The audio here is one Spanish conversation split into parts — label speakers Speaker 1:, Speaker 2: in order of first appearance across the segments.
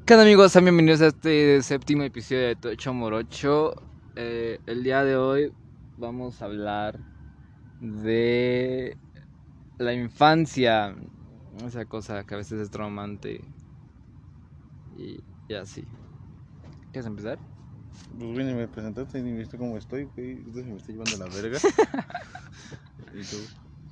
Speaker 1: ¿Qué onda, amigos? Sean bienvenidos a este séptimo episodio de Tocho Morocho. El día de hoy vamos a hablar de la infancia, esa cosa que a veces es traumante y así. ¿Quieres empezar?
Speaker 2: Pues güey, ni me presentaste ni viste cómo estoy, güey. Entonces me está llevando a la verga. Y tú.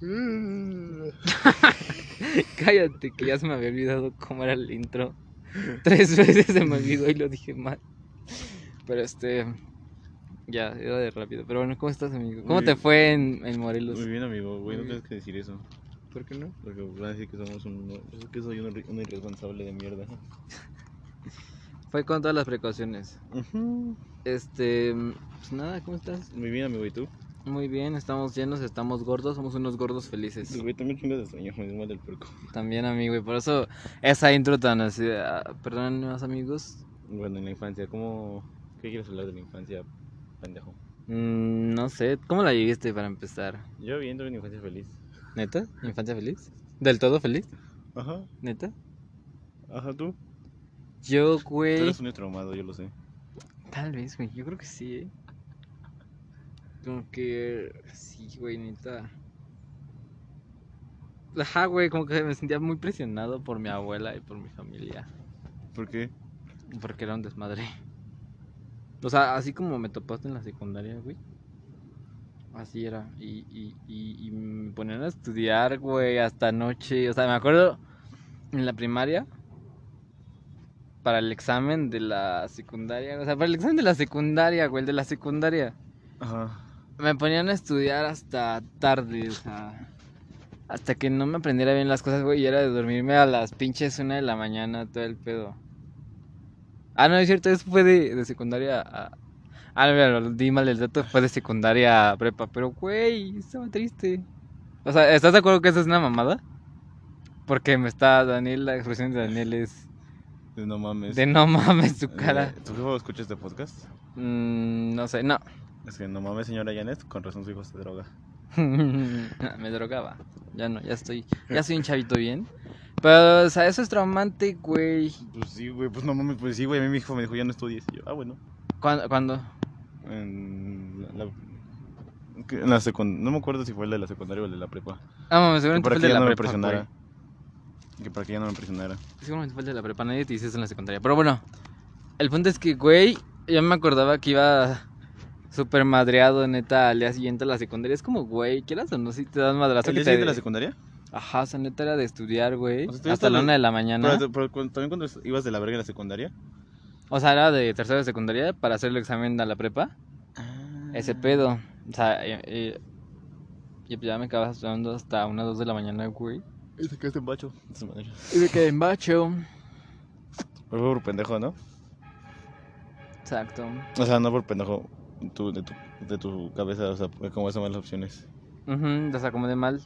Speaker 1: Cállate, que ya se me había olvidado cómo era el intro. 3 veces se me olvidó y lo dije mal. Pero ya, era de rápido. Pero bueno, ¿cómo estás, amigo? ¿Cómo te fue en Morelos?
Speaker 2: Muy bien, amigo, güey, no tienes que decir eso.
Speaker 1: ¿Por qué no?
Speaker 2: Porque van a decir que somos pues es que soy un irresponsable de mierda.
Speaker 1: Fue con todas las precauciones.
Speaker 2: Ujú.
Speaker 1: Pues nada, ¿cómo estás?
Speaker 2: Muy bien, amigo, ¿y tú?
Speaker 1: Muy bien, estamos llenos, estamos gordos, somos unos gordos felices.
Speaker 2: Pues güey, también chingas de sueño, me dio mal del puerco.
Speaker 1: También, amigo, y por eso esa intro tan así, perdón, más amigos.
Speaker 2: Bueno, en la infancia, ¿qué quieres hablar de la infancia, pendejo?
Speaker 1: No sé, ¿cómo la viviste para empezar?
Speaker 2: Yo bien, tuve una infancia feliz.
Speaker 1: ¿Neta? ¿Infancia feliz? ¿Del todo feliz?
Speaker 2: Ajá,
Speaker 1: ¿Neta?
Speaker 2: ajá, tú.
Speaker 1: Yo,
Speaker 2: Tú
Speaker 1: güey,
Speaker 2: eres un traumado, yo lo sé.
Speaker 1: tal vez, güey, yo creo que sí, Como que, sí, güey, neta. Ajá, güey, como que me sentía muy presionado por mi abuela y por mi familia.
Speaker 2: ¿Por qué?
Speaker 1: Porque era un desmadre. O sea, así como me topaste en la secundaria, güey. Así era. Y me ponían a estudiar, güey, hasta noche. O sea, me acuerdo en la primaria, para el examen de la secundaria. O sea, para el examen de la secundaria, güey, el de la secundaria.
Speaker 2: Ajá.
Speaker 1: Me ponían a estudiar hasta tarde, o sea. Hasta que no me aprendiera bien las cosas, güey. Y era de dormirme a las pinches 1 de la mañana, todo el pedo. Ah, no, es cierto, eso fue de secundaria a... Ah, mira, lo di mal el dato, fue de secundaria a prepa. Pero, güey, estaba triste. O sea, ¿estás de acuerdo que eso es una mamada? Porque me está Daniel, la expresión de Daniel es
Speaker 2: No mames.
Speaker 1: de no mames su cara.
Speaker 2: ¿Tu hijo escucha este podcast?
Speaker 1: No sé, no.
Speaker 2: Es que no mames, señora Janet, con razón su hijo se droga.
Speaker 1: Me drogaba. Ya no, ya soy un chavito bien. Pero, o sea, eso es traumante, güey.
Speaker 2: Pues sí, güey, pues no mames, pues sí, güey. A mí mi hijo me dijo, ya no estudies. Y yo, bueno.
Speaker 1: ¿Cuándo?
Speaker 2: No me acuerdo si fue el de la secundaria o el de la prepa.
Speaker 1: Ah, mames,
Speaker 2: Que
Speaker 1: seguramente
Speaker 2: para
Speaker 1: fue el
Speaker 2: que
Speaker 1: de
Speaker 2: ya
Speaker 1: la
Speaker 2: no me
Speaker 1: prepa, güey.
Speaker 2: presionara. Que para que ya no me presionara.
Speaker 1: Seguramente fue el de la prepa, nadie te dice eso en la secundaria. Pero bueno, el punto es que, güey, yo me acordaba que iba súper madreado, neta, al día siguiente a la secundaria. Es como, güey, quieras o no, si te dan madrazo
Speaker 2: ¿El
Speaker 1: que
Speaker 2: día siguiente
Speaker 1: te...
Speaker 2: de la secundaria?
Speaker 1: Aja, o sea, neta era de estudiar, güey,
Speaker 2: O sea,
Speaker 1: hasta la 1 de la mañana.
Speaker 2: Pero también cuando ibas de la verga en la secundaria.
Speaker 1: O sea, era de tercero de secundaria para hacer el examen a la prepa. Ese pedo. O sea, y pues ya me acabas estudiando hasta 1 o 2 de la mañana, güey.
Speaker 2: Y te quedaste en bacho.
Speaker 1: Y me quedé en bacho.
Speaker 2: Pero fue por pendejo, ¿no?
Speaker 1: Exacto.
Speaker 2: O sea, no por pendejo de tu cabeza, o sea, como esas malas opciones.
Speaker 1: Te sacó de mal.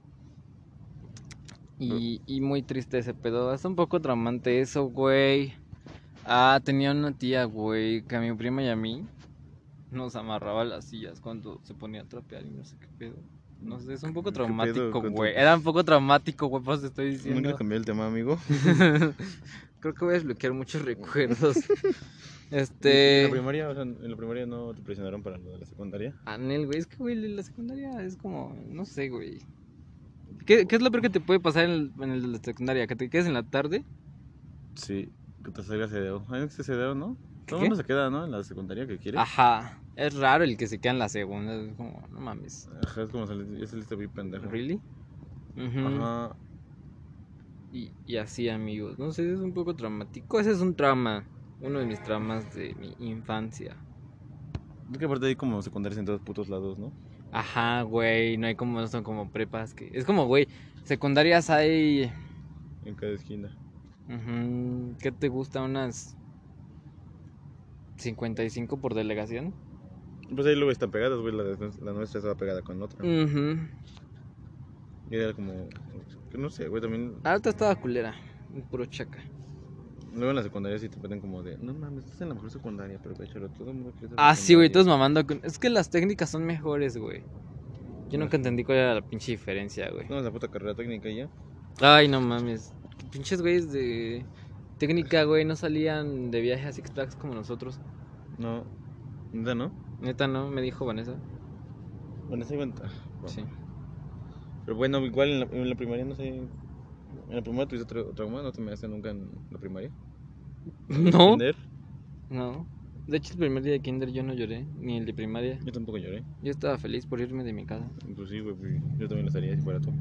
Speaker 1: Y muy triste ese pedo. Es un poco traumante eso, güey. Ah, tenía una tía, güey, que a mi prima y a mí nos amarraba a las sillas cuando se ponía a trapear y no sé qué pedo. No sé, es un poco
Speaker 2: ¿Qué pedo
Speaker 1: traumático,
Speaker 2: con
Speaker 1: güey. Era un poco traumático, güey, por eso te estoy
Speaker 2: No
Speaker 1: diciendo.
Speaker 2: quiero cambiar el tema, amigo.
Speaker 1: Creo que voy a desbloquear muchos recuerdos.
Speaker 2: ¿En la primaria, o sea, en la primaria no te presionaron para lo de la secundaria?
Speaker 1: Anel, güey, es que, güey, la secundaria es como, no sé, güey. ¿Qué es lo peor que te puede pasar en el de la secundaria? ¿Que te quedes en la tarde?
Speaker 2: Sí, que te salga CDO. Hay que CDO, ¿no?
Speaker 1: ¿Qué,
Speaker 2: Todo el
Speaker 1: qué?
Speaker 2: mundo se queda, ¿no? En la secundaria que quiere.
Speaker 1: Ajá, es raro el que se queda en la segunda, es como, no mames.
Speaker 2: Ajá, es como ya saliste bien pendejo.
Speaker 1: ¿Really?
Speaker 2: Ajá.
Speaker 1: Y así, amigos, no sé, es un poco traumático. Ese es un trauma, uno de mis traumas de mi infancia.
Speaker 2: Es que aparte hay como secundarias en todos putos lados, ¿no?
Speaker 1: Ajá, güey, no hay como, no son como prepas que... Es como, güey, secundarias hay...
Speaker 2: En cada esquina.
Speaker 1: ¿Qué te gusta? Unas 55 por delegación.
Speaker 2: Pues ahí luego están pegadas, güey. La nuestra estaba pegada con otra. Y era como. Que no sé, güey, también.
Speaker 1: Alta estaba culera, puro chaca.
Speaker 2: Luego en la secundaria sí te ponen como de. No mames, estás en la mejor secundaria, pero péchalo, todo el mundo quiere estar
Speaker 1: Ah, sí, güey, todos
Speaker 2: secundaria.
Speaker 1: mamando. Es que las técnicas son mejores, güey. Yo nunca entendí cuál era la pinche diferencia, güey.
Speaker 2: No, es la puta carrera técnica y ya.
Speaker 1: Ay, no mames. Pinches güeyes de Técnica, güey, no salían de viaje a Six Flags como nosotros.
Speaker 2: No, neta, ¿no?
Speaker 1: Neta, no, me dijo Vanessa.
Speaker 2: Vanessa cuenta.
Speaker 1: Sí.
Speaker 2: Pero bueno, igual en la primaria, no sé. En la primaria tuviste otro trauma, ¿no te me nunca en la primaria?
Speaker 1: ¿No?
Speaker 2: ¿Kinder?
Speaker 1: No. De hecho, el primer día de kinder yo no lloré, ni el de primaria.
Speaker 2: Yo tampoco lloré.
Speaker 1: Yo estaba feliz por irme de mi casa.
Speaker 2: Pues sí, güey, yo también lo estaría si fuera tú.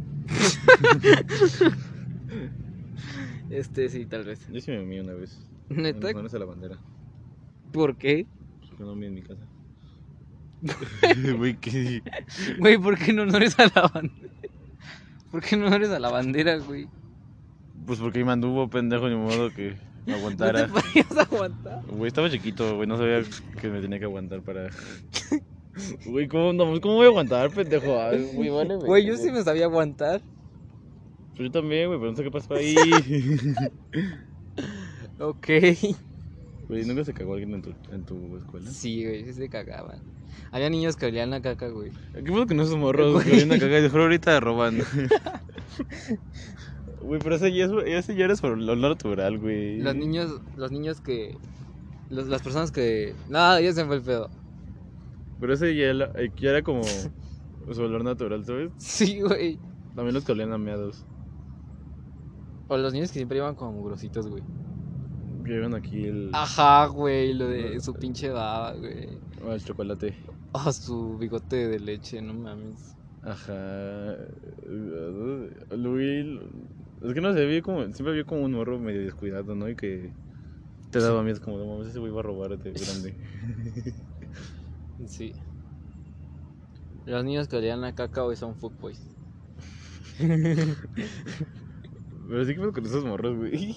Speaker 1: Sí, tal vez.
Speaker 2: Yo sí me mí una vez.
Speaker 1: ¿Neta?
Speaker 2: No es a la bandera.
Speaker 1: ¿Por qué?
Speaker 2: Porque no me en mi casa. Güey, ¿qué?
Speaker 1: Güey, ¿por qué no eres a la bandera? ¿Por qué no eres a la bandera, güey?
Speaker 2: Pues porque ahí me anduvo, pendejo, ni modo que me aguantara.
Speaker 1: ¿No te podías aguantar?
Speaker 2: Güey, estaba chiquito, güey, no sabía que me tenía que aguantar para... Güey, ¿cómo voy a aguantar, pendejo? Ay, güey, vale,
Speaker 1: Güey, yo sí me sabía aguantar.
Speaker 2: Pues yo también, güey, pero no sé qué pasó ahí.
Speaker 1: Ok.
Speaker 2: Güey, ¿nunca se cagó alguien en tu escuela?
Speaker 1: Sí, güey, sí se cagaban. Había niños que olían la caca, güey.
Speaker 2: ¿Qué pasa con esos morros
Speaker 1: Güey.
Speaker 2: que vienen a cagar y mejor ahorita roban? Güey, pero ese ya es por lo natural, güey.
Speaker 1: Los niños que... las personas que... No, ya se me fue el pedo.
Speaker 2: Pero ese ya era como su olor natural, ¿sabes?
Speaker 1: Sí, güey.
Speaker 2: También los que olían a meados.
Speaker 1: O los niños que siempre iban como mugrositos, güey.
Speaker 2: Que llevan aquí el...
Speaker 1: Ajá, güey, lo de su pinche baba, güey.
Speaker 2: Oh, el chocolate.
Speaker 1: Oh, su bigote de leche, no mames.
Speaker 2: Ajá. Luis... Es que no sé, siempre vi como un morro medio descuidado, ¿no? Y que te daba miedo, como, no mames, ese güey va a robarte grande.
Speaker 1: Sí. Los niños que olían a caca hoy son fuckboys.
Speaker 2: Pero sí que pasa con esos morros, güey.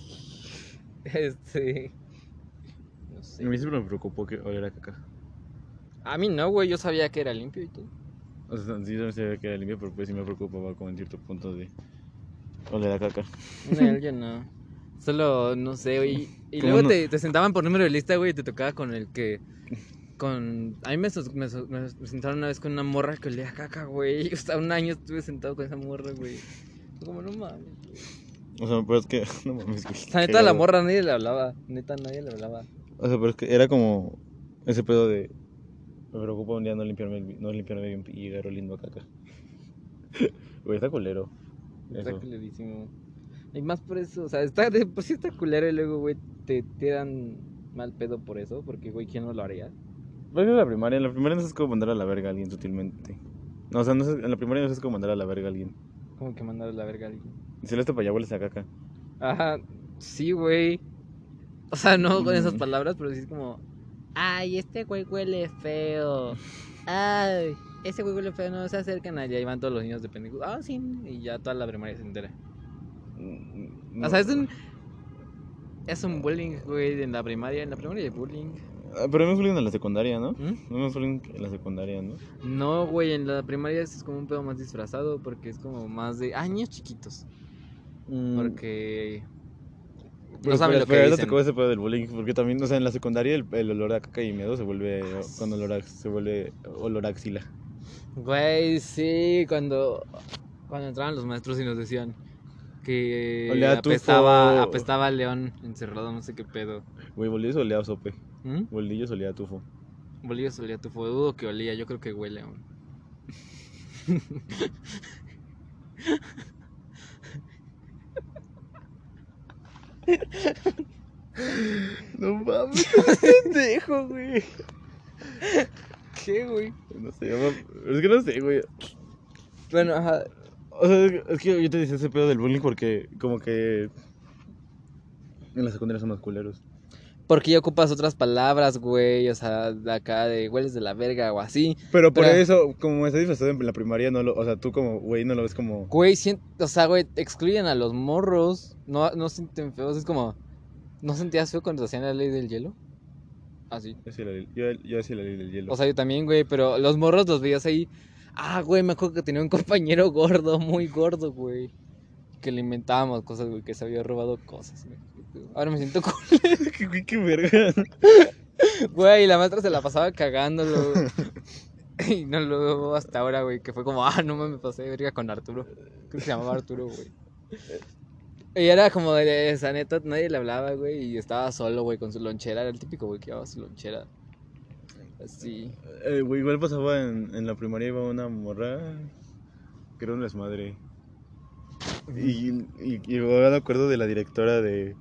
Speaker 1: No sé.
Speaker 2: A mí siempre me preocupó que oliera a caca.
Speaker 1: A mí no, güey, yo sabía que era limpio y todo.
Speaker 2: O sea, sí, no sabía que era limpio, pero pues sí me preocupaba como en cierto punto de oler a caca.
Speaker 1: No, yo no. Solo, no sé, güey. Y
Speaker 2: ¿Cómo
Speaker 1: luego
Speaker 2: no?
Speaker 1: te sentaban por número de lista, güey, y te tocaba con el que... A mí me sentaron una vez con una morra que olía a caca, güey. Yo hasta un año estuve sentado con esa morra, güey. Como, no mames, güey.
Speaker 2: O sea, pero es que, no mames, güey.
Speaker 1: O sea, neta, a la morra nadie le hablaba. Neta, nadie le hablaba.
Speaker 2: O sea, pero es que era como ese pedo de... Me preocupa un día no limpiarme bien y llegar oliendo a caca. Güey, está culero.
Speaker 1: Está
Speaker 2: Eso.
Speaker 1: culerísimo. Y más por eso, o sea, de por sí está culero y luego, güey, te tiran mal pedo por eso. Porque, güey, ¿quién no lo haría?
Speaker 2: Pero es que en la primaria no sabes cómo mandar a la verga a alguien sutilmente. No, o sea, en la primaria no sabes cómo mandar a la verga a alguien.
Speaker 1: Como que mandar a la verga a alguien.
Speaker 2: Si le este para allá hueles a caca.
Speaker 1: Ajá, sí, güey. O sea, no con esas palabras, pero sí es como... Ay, este güey huele feo. Ay, ese güey huele feo, no se acercan allá. Y van todos los niños de pendejo. Ah, sí. Y ya toda la primaria se entera.
Speaker 2: No.
Speaker 1: O sea, es un bullying, güey, en la primaria. En la primaria hay bullying.
Speaker 2: Pero no es bullying en la secundaria, ¿no?
Speaker 1: ¿Mm?
Speaker 2: No es bullying en la secundaria, ¿no?
Speaker 1: No, güey, en la primaria es como un pedo más disfrazado. Porque es como más de niños chiquitos. Porque... No saben lo que
Speaker 2: pero
Speaker 1: dicen.
Speaker 2: te tocó ese pedo del bullying, porque también, o sea, en la secundaria el olor a caca y miedo se vuelve olor a axila.
Speaker 1: Güey, sí, cuando entraban los maestros y nos decían que
Speaker 2: Olía a tufo.
Speaker 1: apestaba al león encerrado, no sé qué pedo.
Speaker 2: Güey, bolillos olía a sope.
Speaker 1: ¿Mm?
Speaker 2: Bolillos olía a tufo.
Speaker 1: Bolillos olía tufo, dudo que olía, yo creo que huele aún.
Speaker 2: No mames, pendejo, güey.
Speaker 1: ¿Qué, güey?
Speaker 2: No sé, es que no sé, güey.
Speaker 1: Bueno, ajá.
Speaker 2: O sea, es que yo te decía ese pedo del bullying porque como que en la secundaria son más culeros.
Speaker 1: Porque ya ocupas otras palabras, güey, o sea, de acá de hueles de la verga o así.
Speaker 2: Pero por eso, como está disfrazado en la primaria, o sea, tú como güey no lo ves como...
Speaker 1: Güey, o sea, güey, excluyen a los morros, no sienten feos, es como... ¿No sentías feo cuando hacían la ley del hielo? Así.
Speaker 2: Yo hacía la ley del hielo.
Speaker 1: O sea, yo también, güey, pero los morros los veías ahí. Ah, güey, me acuerdo que tenía un compañero gordo, muy gordo, güey. Que le inventábamos cosas, güey, que se había robado cosas, güey. Ahora me siento cool.
Speaker 2: ¿Qué verga?
Speaker 1: Güey, la maestra se la pasaba cagándolo. Y no lo veo hasta ahora, güey, que fue como, no me pasé de verga con Arturo. Creo que se llamaba Arturo, güey. Y era como de esa neta, nadie le hablaba, güey, y estaba solo, güey, con su lonchera. Era el típico güey que llevaba su lonchera. Así.
Speaker 2: Güey, igual pasaba en la primaria, iba una morra que era un desmadre. Y yo me acuerdo de la directora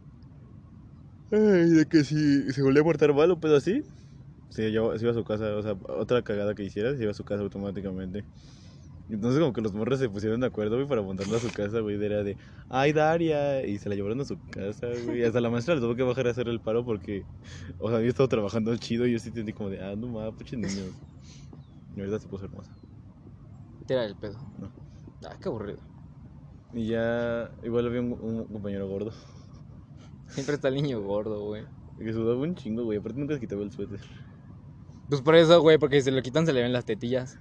Speaker 2: de que si se volvía a portar mal o pedo así, se iba a su casa. O sea, otra cagada que hiciera, se iba a su casa automáticamente. Entonces como que los morros se pusieron de acuerdo, güey, para montarla a su casa, güey. Era de, ay, Daria. Y se la llevaron a su casa, güey. Hasta la maestra le tuvo que bajar a hacer el paro porque, o sea, había estado trabajando chido y yo sí sentí como de, no mames, pinches niños. Y ahorita se puso hermosa.
Speaker 1: Tira el pedo.
Speaker 2: No.
Speaker 1: Qué aburrido.
Speaker 2: Y ya, igual había un compañero gordo.
Speaker 1: Siempre está el niño gordo, güey.
Speaker 2: Que sudaba un chingo, güey. Aparte nunca se quitaba el suéter.
Speaker 1: Pues por eso, güey, porque si se lo quitan se le ven las tetillas.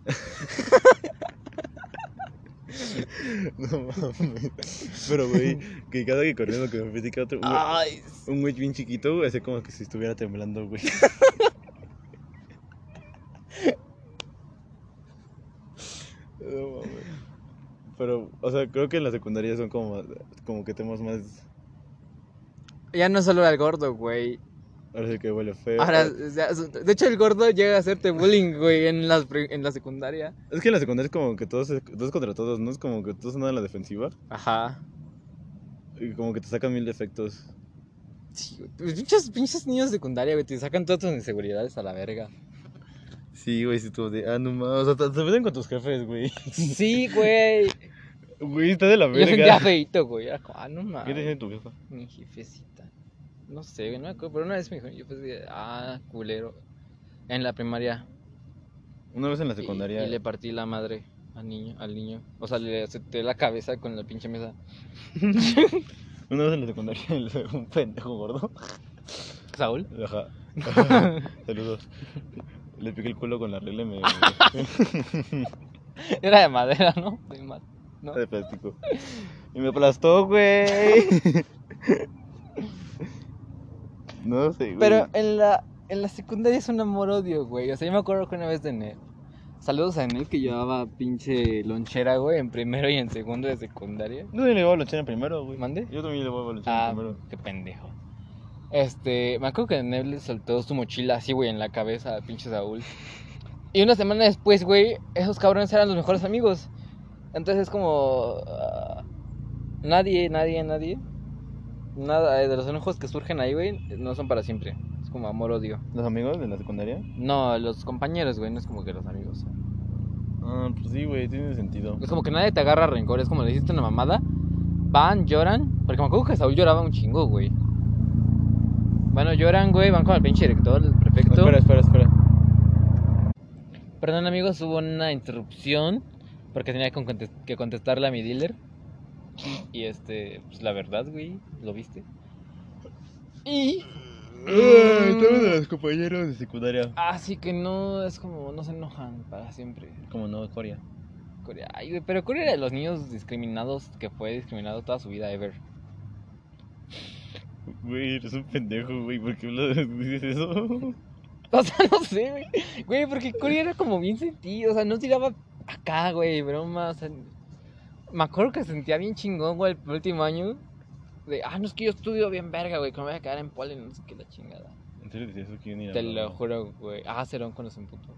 Speaker 2: No mames. Pero, güey, que cada que corriendo que me platica otro.
Speaker 1: Ay.
Speaker 2: Un güey bien chiquito, güey, así como que si estuviera temblando, güey. No mames. Pero, o sea, creo que en la secundaria son como que temas más.
Speaker 1: Ya no solo era el gordo, güey.
Speaker 2: Ahora sí que huele feo.
Speaker 1: Ahora, o sea, de hecho, el gordo llega a hacerte bullying, güey, en la secundaria.
Speaker 2: Es que en la secundaria es como que todos contra todos, ¿no? Es como que todos andan en la defensiva.
Speaker 1: Ajá.
Speaker 2: Y como que te sacan mil defectos.
Speaker 1: Sí, güey. Pues pinches niños de secundaria, güey, te sacan todas tus inseguridades a la verga.
Speaker 2: Sí, güey, si tú de. No mames. O sea, te meten con tus jefes, güey.
Speaker 1: Sí, güey.
Speaker 2: Güey, está de la
Speaker 1: Yo
Speaker 2: verga.
Speaker 1: sentía feito, güey. Era como, no mames.
Speaker 2: ¿Qué te dice tu jefa?
Speaker 1: Mi jefecita. No sé, güey, no me acuerdo, pero una vez me dijo, yo pensé, culero. En la primaria.
Speaker 2: Una vez en la
Speaker 1: Y
Speaker 2: secundaria.
Speaker 1: le partí la madre al niño. O sea, le acepté la cabeza con la pinche mesa.
Speaker 2: Una vez en la secundaria, un pendejo gordo.
Speaker 1: ¿Saúl?
Speaker 2: Ajá. Saludos. Le piqué el culo con la regla y me.
Speaker 1: Era de madera, ¿no? ¿No?
Speaker 2: De plástico. Y me aplastó, güey. No sé, güey.
Speaker 1: Pero en la secundaria es un amor-odio, güey. O sea, yo me acuerdo que una vez de Nel. Saludos a Nel que llevaba pinche lonchera, güey, en primero y en segundo de secundaria.
Speaker 2: Yo también le voy a lonchera en primero, güey.
Speaker 1: ¿Mande?
Speaker 2: Yo también le voy a lonchera en primero.
Speaker 1: Qué pendejo. Me acuerdo que Nel le soltó su mochila así, güey, en la cabeza a pinche Saúl. Y una semana después, güey, esos cabrones eran los mejores amigos. Entonces es como... nadie. Nada de los enojos que surgen ahí, güey, no son para siempre. Es como amor-odio.
Speaker 2: ¿Los amigos de la secundaria?
Speaker 1: No, los compañeros, güey, no es como que los amigos.
Speaker 2: Pues sí, güey, tiene sentido.
Speaker 1: Es como que nadie te agarra rencor, es como le hiciste una mamada. Van, lloran. Porque me acuerdo que Saúl lloraba un chingo, güey. Bueno, lloran, güey, van con el pinche director, el prefecto.
Speaker 2: Espera.
Speaker 1: Perdón, amigos, hubo una interrupción porque tenía que contestarle a mi dealer. Y pues la verdad, güey, ¿lo viste? Y...
Speaker 2: Todos los compañeros de secundaria.
Speaker 1: Así que no, es como, no se enojan para siempre.
Speaker 2: Como no, Corea.
Speaker 1: Corea, ay, güey, pero Corea era de los niños discriminados que fue discriminado toda su vida, ever.
Speaker 2: Güey, eres un pendejo, güey. ¿Por qué dices eso?
Speaker 1: O sea, no sé, güey. Güey, porque Corea era como bien sentido, o sea, no tiraba acá, güey, broma, o sea... Me acuerdo que sentía bien chingón, güey, el último año. De, no, es que yo estudio bien verga, güey, que me voy a quedar en polen, no sé qué la chingada.
Speaker 2: ¿En serio decías eso? ¿Quién ni
Speaker 1: Te lo juro, güey. Cerón cuando se emputó.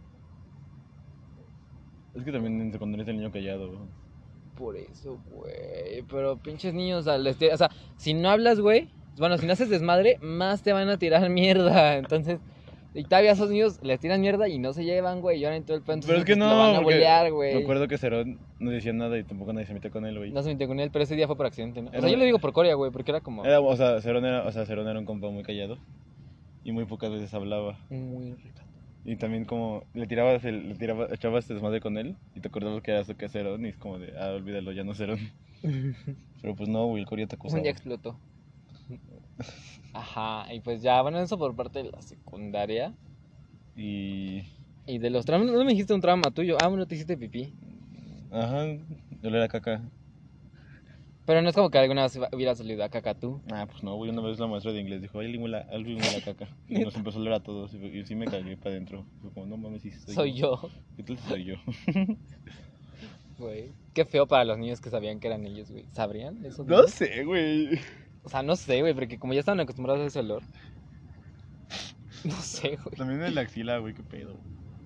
Speaker 2: Es que también en secundaria es el niño callado, güey.
Speaker 1: Por eso, güey. Pero pinches niños, o sea, si no hablas, güey, bueno, si no haces desmadre, más te van a tirar mierda. Entonces, y todavía a esos niños les tiran mierda y no se llevan, güey, lloran todo el pedo.
Speaker 2: Pero es que no,
Speaker 1: lo van a
Speaker 2: porque
Speaker 1: bolear, güey.
Speaker 2: me acuerdo que Cerón no decía nada y tampoco nadie se metió con él, güey.
Speaker 1: No se metió con él, pero ese día fue por accidente, ¿no? O
Speaker 2: Era-
Speaker 1: sea, yo le digo por Corea, güey, porque era como...
Speaker 2: O sea, Cerón era un compa muy callado y muy pocas veces hablaba.
Speaker 1: Muy rico.
Speaker 2: Y también como echabas desmadre con él y te acordabas que era su que Cerón y es como de, olvídalo, ya no Cerón. Pero pues no, güey, el Corea te acusaba.
Speaker 1: Un día explotó. Ajá, y pues ya, bueno, eso por parte de la secundaria.
Speaker 2: Y...
Speaker 1: Y de los traumas, no me dijiste un trauma tuyo. Bueno, te hiciste pipí.
Speaker 2: Ajá, yo le era caca.
Speaker 1: Pero no es como que alguna vez hubiera salido a caca tú.
Speaker 2: Pues no, güey, una vez la maestra de inglés dijo, ay, limula caca. Y nos empezó a leer a todos y sí me cagué para adentro. Fue como, no mames, sí
Speaker 1: Soy yo.
Speaker 2: ¿Qué tal si soy yo?
Speaker 1: Güey, qué feo para los niños que sabían que eran ellos, güey. ¿Sabrían eso?
Speaker 2: No sé, güey.
Speaker 1: O sea, no sé, güey, porque como ya estaban acostumbrados a ese olor. No sé, güey.
Speaker 2: También en la axila, güey, qué pedo.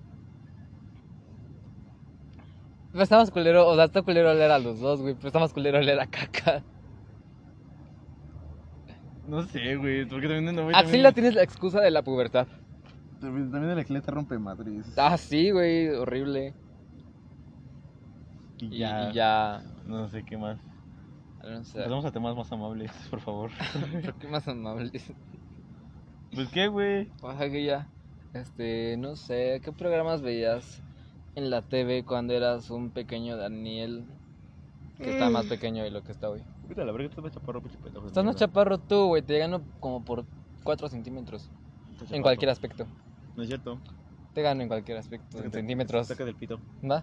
Speaker 1: Pero está más culero, o sea, está culero oler a los dos, güey. Pero está más culero oler a caca.
Speaker 2: No sé, güey, porque también no, güey,
Speaker 1: Axila tienes la excusa de la pubertad.
Speaker 2: también en la axila te rompe madres.
Speaker 1: Ah, sí, güey, horrible.
Speaker 2: Y
Speaker 1: Y ya.
Speaker 2: No sé qué más.
Speaker 1: No sé.
Speaker 2: Pasamos a temas más amables, por favor.
Speaker 1: ¿Por qué más amables?
Speaker 2: Pues qué, güey.
Speaker 1: O sea que ya. No sé, ¿qué programas veías en la TV cuando eras un pequeño Daniel? Que está más pequeño de lo que está hoy.
Speaker 2: Vete a la verga, estás más chaparro, pinche pendejo de
Speaker 1: Estás más
Speaker 2: mierda.
Speaker 1: chaparro tú, güey. Te gano como por 4 centímetros.
Speaker 2: Estás
Speaker 1: En
Speaker 2: chaparro.
Speaker 1: cualquier aspecto.
Speaker 2: No es cierto.
Speaker 1: Te gano en cualquier aspecto. En
Speaker 2: Sácate-
Speaker 1: centímetros.
Speaker 2: Saca del pito.
Speaker 1: ¿Va?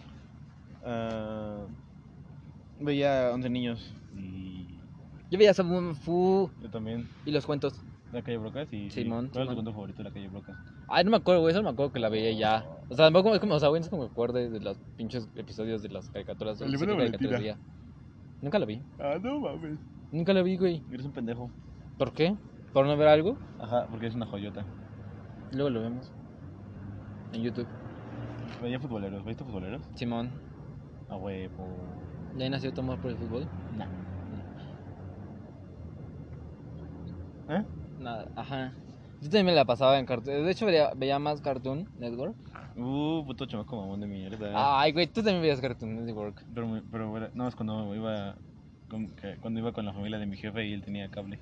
Speaker 2: Veía 11 niños y
Speaker 1: Yo veía Sabun Fu
Speaker 2: yo también.
Speaker 1: y los cuentos.
Speaker 2: La calle Brocas y sí.
Speaker 1: Simón,
Speaker 2: ¿Cuál es tu
Speaker 1: Simón.
Speaker 2: cuento favorito de la calle Brocas?
Speaker 1: Ay, no me acuerdo, güey. Eso no me acuerdo que la veía ya. O sea, tampoco es como, o sea, güey, no es como me acuerdo de los pinches episodios de las caricaturas.
Speaker 2: El
Speaker 1: No sé
Speaker 2: libro
Speaker 1: qué
Speaker 2: de
Speaker 1: caricaturas
Speaker 2: Valentina.
Speaker 1: veía. Nunca la vi.
Speaker 2: Ah, no mames.
Speaker 1: Nunca la vi, güey.
Speaker 2: Eres un pendejo.
Speaker 1: ¿Por qué? ¿Por no ver algo?
Speaker 2: Ajá, porque es una joyota.
Speaker 1: Luego lo vemos. En YouTube.
Speaker 2: Veía futboleros. ¿Viste futboleros?
Speaker 1: Simón.
Speaker 2: A huevo.
Speaker 1: ¿De ahí nació tu amor por el fútbol?
Speaker 2: Nah. ¿Eh?
Speaker 1: Nada, ajá. Yo también me la pasaba en Cartoon. De hecho, veía más Cartoon Network.
Speaker 2: Puto chamaco mamón de mierda.
Speaker 1: Ay, güey, tú también veías Cartoon Network.
Speaker 2: Pero no, es cuando iba cuando iba con la familia de mi jefe y él tenía cable.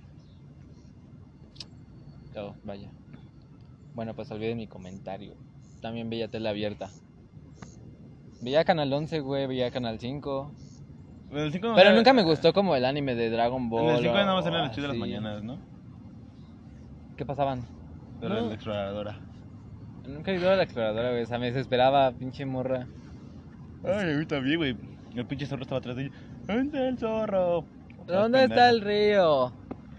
Speaker 1: Oh, vaya. Bueno, pues olviden mi comentario. También veía tele abierta. Veía Canal 11, güey, veía Canal 5.
Speaker 2: En el 5
Speaker 1: Pero nunca me gustó como el anime de Dragon Ball.
Speaker 2: En el 5
Speaker 1: o-
Speaker 2: nada más eran
Speaker 1: o
Speaker 2: las chidas de las
Speaker 1: así.
Speaker 2: mañanas, ¿no?
Speaker 1: ¿Qué pasaban?
Speaker 2: Era
Speaker 1: No.
Speaker 2: la exploradora.
Speaker 1: Nunca he ido a la exploradora, güey. O sea, me desesperaba, pinche morra.
Speaker 2: Ay, a mí también, güey. El pinche zorro estaba atrás de ella. ¿Dónde está el zorro?
Speaker 1: ¿Dónde está el río?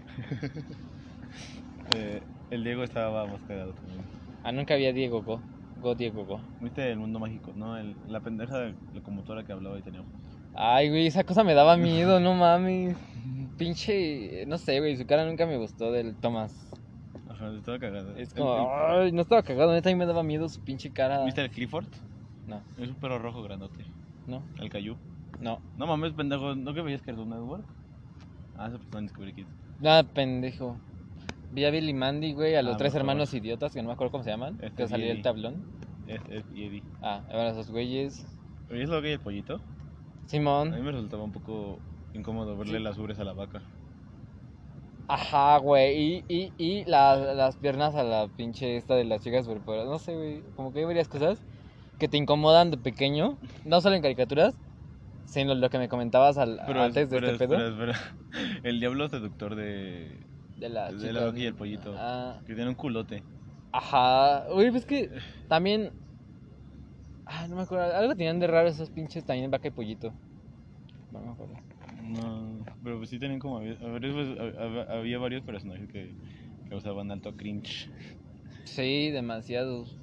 Speaker 2: El Diego estaba más cagado también.
Speaker 1: Ah, nunca había Diego Go. Diego Go.
Speaker 2: ¿Viste el mundo mágico? No, la pendeja locomotora que hablaba y tenía ojos.
Speaker 1: Ay, güey, esa cosa me daba miedo, no mames. Pinche, no sé, güey, su cara nunca me gustó del Thomas.
Speaker 2: Ajá, estaba cagado.
Speaker 1: Es como, ay, no estaba cagado, neta, a mí me daba miedo su pinche cara.
Speaker 2: ¿Viste el Clifford?
Speaker 1: No,
Speaker 2: Es un perro rojo grandote.
Speaker 1: no,
Speaker 2: El Caillou.
Speaker 1: no.
Speaker 2: No mames, pendejo. ¿No que veías Cartoon Network? Ah, eso pasó en Discovery Kids.
Speaker 1: Nada, pendejo. Vi a Billy Mandy, güey, a los
Speaker 2: Ah,
Speaker 1: tres
Speaker 2: por favor.
Speaker 1: hermanos idiotas, que no me acuerdo cómo se llaman,
Speaker 2: Este
Speaker 1: que
Speaker 2: es
Speaker 1: salía el
Speaker 2: Eddie.
Speaker 1: tablón.
Speaker 2: Y Eddie.
Speaker 1: Ah, eran esos güeyes.
Speaker 2: ¿Oye lo que hay el pollito? A mí
Speaker 1: Simón.
Speaker 2: me resultaba un poco incómodo verle
Speaker 1: Sí.
Speaker 2: las ubres a la vaca.
Speaker 1: Ajá, güey, y las piernas a la pinche esta de las chicas superpoderosas. No sé, güey, como que hay varias cosas que te incomodan de pequeño, no solo en caricaturas, sino lo que me comentabas antes de este pedo.
Speaker 2: Espera. El diablo seductor de
Speaker 1: De la
Speaker 2: la
Speaker 1: chica.
Speaker 2: vaca y el pollito.
Speaker 1: Ah,
Speaker 2: Que tiene un culote.
Speaker 1: ajá, güey, pues que también. Ah, no me acuerdo, algo tenían de raro esos pinches también vaca y pollito. No me acuerdo.
Speaker 2: No, pero pues sí tenían como... Había varios personajes que causaban alto cringe.
Speaker 1: Sí, demasiados.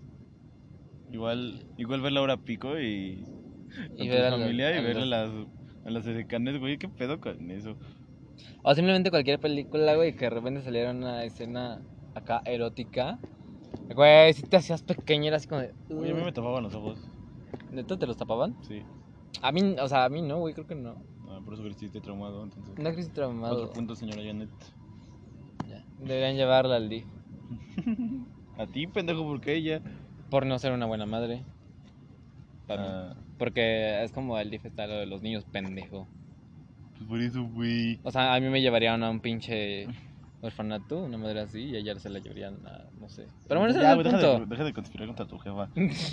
Speaker 2: Igual ver Laura Pico y... Con
Speaker 1: Y
Speaker 2: tu
Speaker 1: ver
Speaker 2: familia y ver a las edecanes, güey, ¿qué pedo con eso?
Speaker 1: O simplemente cualquier película, güey, que de repente saliera una escena acá erótica. Güey, si te hacías pequeño, era así como de.
Speaker 2: Oye, a mí me tapaban los ojos.
Speaker 1: ¿Neta te los tapaban?
Speaker 2: Sí.
Speaker 1: A mí, o sea, a mí no, güey, creo que no.
Speaker 2: Ah, por eso creciste traumado, entonces.
Speaker 1: No crecí traumado.
Speaker 2: Otro punto, señora Janet.
Speaker 1: Ya. Deberían llevarla al DIF.
Speaker 2: A ti, pendejo, ¿por qué ella?
Speaker 1: Por no ser una buena madre. Para mí.
Speaker 2: Ah,
Speaker 1: Porque es como el DIF está lo de los niños pendejo.
Speaker 2: pues por eso, güey.
Speaker 1: O sea, a mí me llevarían a un pinche orfanato, una madre así, y a ella se la llevarían a, no sé. Pero bueno, ese no
Speaker 2: Ya,
Speaker 1: es el
Speaker 2: güey,
Speaker 1: punto.
Speaker 2: deja de conspirar contra tu jefa.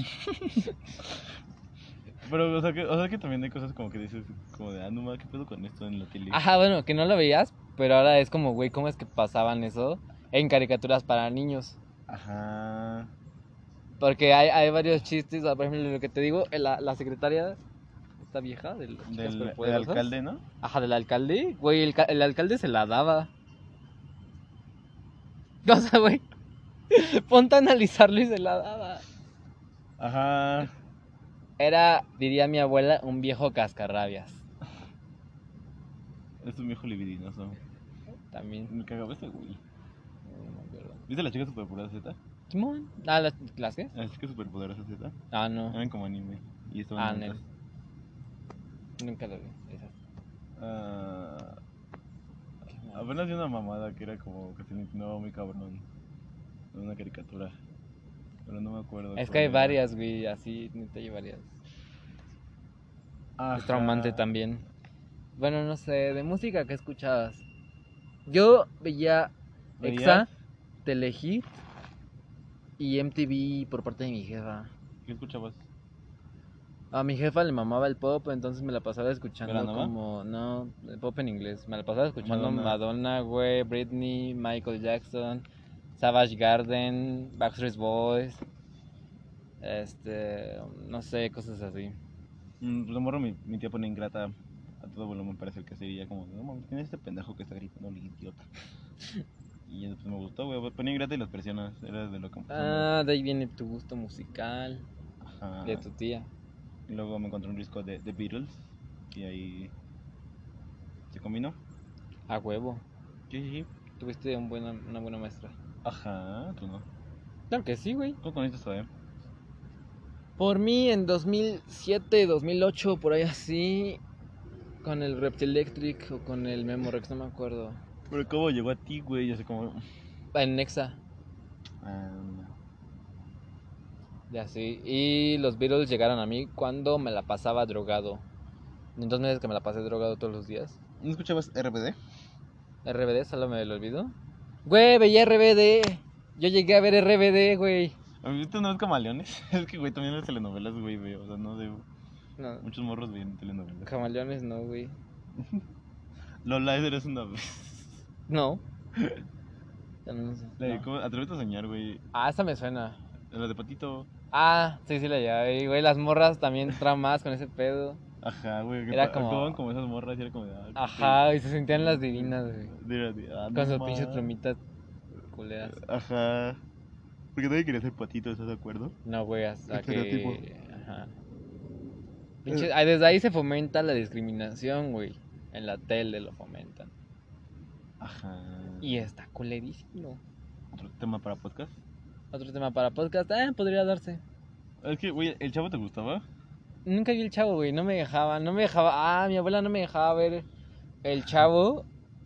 Speaker 2: Pero, o sea que también hay cosas como que dices, como de, no mames, ¿qué pedo con esto en la tele?
Speaker 1: Ajá, bueno, que no lo veías, pero ahora es como, güey, ¿cómo es que pasaban eso en caricaturas para niños?
Speaker 2: Ajá.
Speaker 1: Porque hay varios chistes, por ejemplo, lo que te digo, la secretaria, esta vieja de las chicas
Speaker 2: Del
Speaker 1: superpoderosas.
Speaker 2: alcalde, ¿no?
Speaker 1: Ajá, del alcalde, güey, el alcalde se la daba. O sea, güey, ponte a analizarlo y se la daba.
Speaker 2: Ajá.
Speaker 1: Era, diría mi abuela, un viejo cascarrabias.
Speaker 2: Es un viejo libidinoso.
Speaker 1: También.
Speaker 2: Me cagaba ese güey.
Speaker 1: No me acuerdo.
Speaker 2: ¿Viste la chica superpoderosa Z?
Speaker 1: ¿Simón? Ah, ¿las qué?
Speaker 2: La chica superpoderosa Z.
Speaker 1: Ah, no.
Speaker 2: Eran como anime. Y estaban
Speaker 1: Nel.
Speaker 2: juntas.
Speaker 1: Nunca lo vi. Esas.
Speaker 2: Ah,
Speaker 1: Qué mal.
Speaker 2: apenas vi una mamada que era como que se insinuaba muy cabrón. Una caricatura. Pero no me acuerdo.
Speaker 1: Es que
Speaker 2: cuál
Speaker 1: hay
Speaker 2: era.
Speaker 1: varias, güey, así, neta hay varias. Es traumante
Speaker 2: Ajá.
Speaker 1: también. Bueno, no sé, de música que escuchabas. Yo veía
Speaker 2: ¿Veías?
Speaker 1: Exa, Telehit y MTV por parte de mi jefa.
Speaker 2: ¿Qué escuchabas?
Speaker 1: A mi jefa le mamaba el pop, entonces me la pasaba escuchando
Speaker 2: ¿Granova?
Speaker 1: como, no, el pop en inglés. Me la pasaba escuchando
Speaker 2: Madonna.
Speaker 1: Madonna, güey, Britney, Michael Jackson, Savage Garden, Backstreet Boys, no sé, cosas así.
Speaker 2: Pues de morro mi tía pone ingrata a todo volumen para hacer que sería como, no mames, ¿quién es este pendejo que está gritando, el idiota? Y pues me gustó, güey. Ponía ingrata y las personas, era de lo que empezamos.
Speaker 1: Ah, de ahí viene tu gusto musical, de
Speaker 2: Ajá.
Speaker 1: tu tía.
Speaker 2: Y luego me encontré un disco de The Beatles y ahí se combinó.
Speaker 1: A huevo.
Speaker 2: Sí, sí, sí.
Speaker 1: Tuviste una buena maestra.
Speaker 2: Ajá, tú no.
Speaker 1: Claro que sí, güey.
Speaker 2: ¿Cómo conociste todavía?
Speaker 1: Por mí en 2007, 2008, por ahí así, con el Reptilectric o con el Memorex, no me acuerdo.
Speaker 2: Pero ¿cómo llegó a ti, güey? Yo sé cómo...
Speaker 1: En Nexa,
Speaker 2: no.
Speaker 1: y así. Y los Beatles llegaron a mí cuando me la pasaba drogado. En 2 meses que me la pasé drogado todos los días.
Speaker 2: ¿No escuchabas RBD?
Speaker 1: RBD, solo me lo olvidó. Güey, veía RBD. Yo llegué a ver RBD, güey.
Speaker 2: ¿Has visto unos camaleones? Es que, güey, también las telenovelas, güey, veo. O sea, no sé.
Speaker 1: No,
Speaker 2: Muchos morros veían telenovelas.
Speaker 1: camaleones no, güey.
Speaker 2: Lola, esa eres una vez.
Speaker 1: No. Ya no sé, no.
Speaker 2: Atrévete a soñar, güey.
Speaker 1: Ah, esa me suena.
Speaker 2: La de Patito.
Speaker 1: Ah, sí, sí la llevé, güey. Las morras también traumadas con ese pedo.
Speaker 2: Ajá, güey. Que
Speaker 1: Era
Speaker 2: actuaban
Speaker 1: como...
Speaker 2: como esas morras y era como de. Ah,
Speaker 1: Ajá, y se sentían las divinas, güey.
Speaker 2: No
Speaker 1: Con sus pinches
Speaker 2: más.
Speaker 1: plumitas culeras.
Speaker 2: Ajá. Porque nadie quería ser Patito, ¿estás de acuerdo?
Speaker 1: No, güey, hasta
Speaker 2: Estereotipo.
Speaker 1: que... Ajá. Ay, desde ahí se fomenta la discriminación, güey. En la tele lo fomentan.
Speaker 2: Ajá.
Speaker 1: Y está culerísimo.
Speaker 2: Otro tema para podcast.
Speaker 1: Otro tema para podcast, podría darse.
Speaker 2: Es que, güey, ¿el chavo te gustaba?
Speaker 1: Nunca vi el Chavo, güey, no me dejaba. Ah, mi abuela no me dejaba ver el Chavo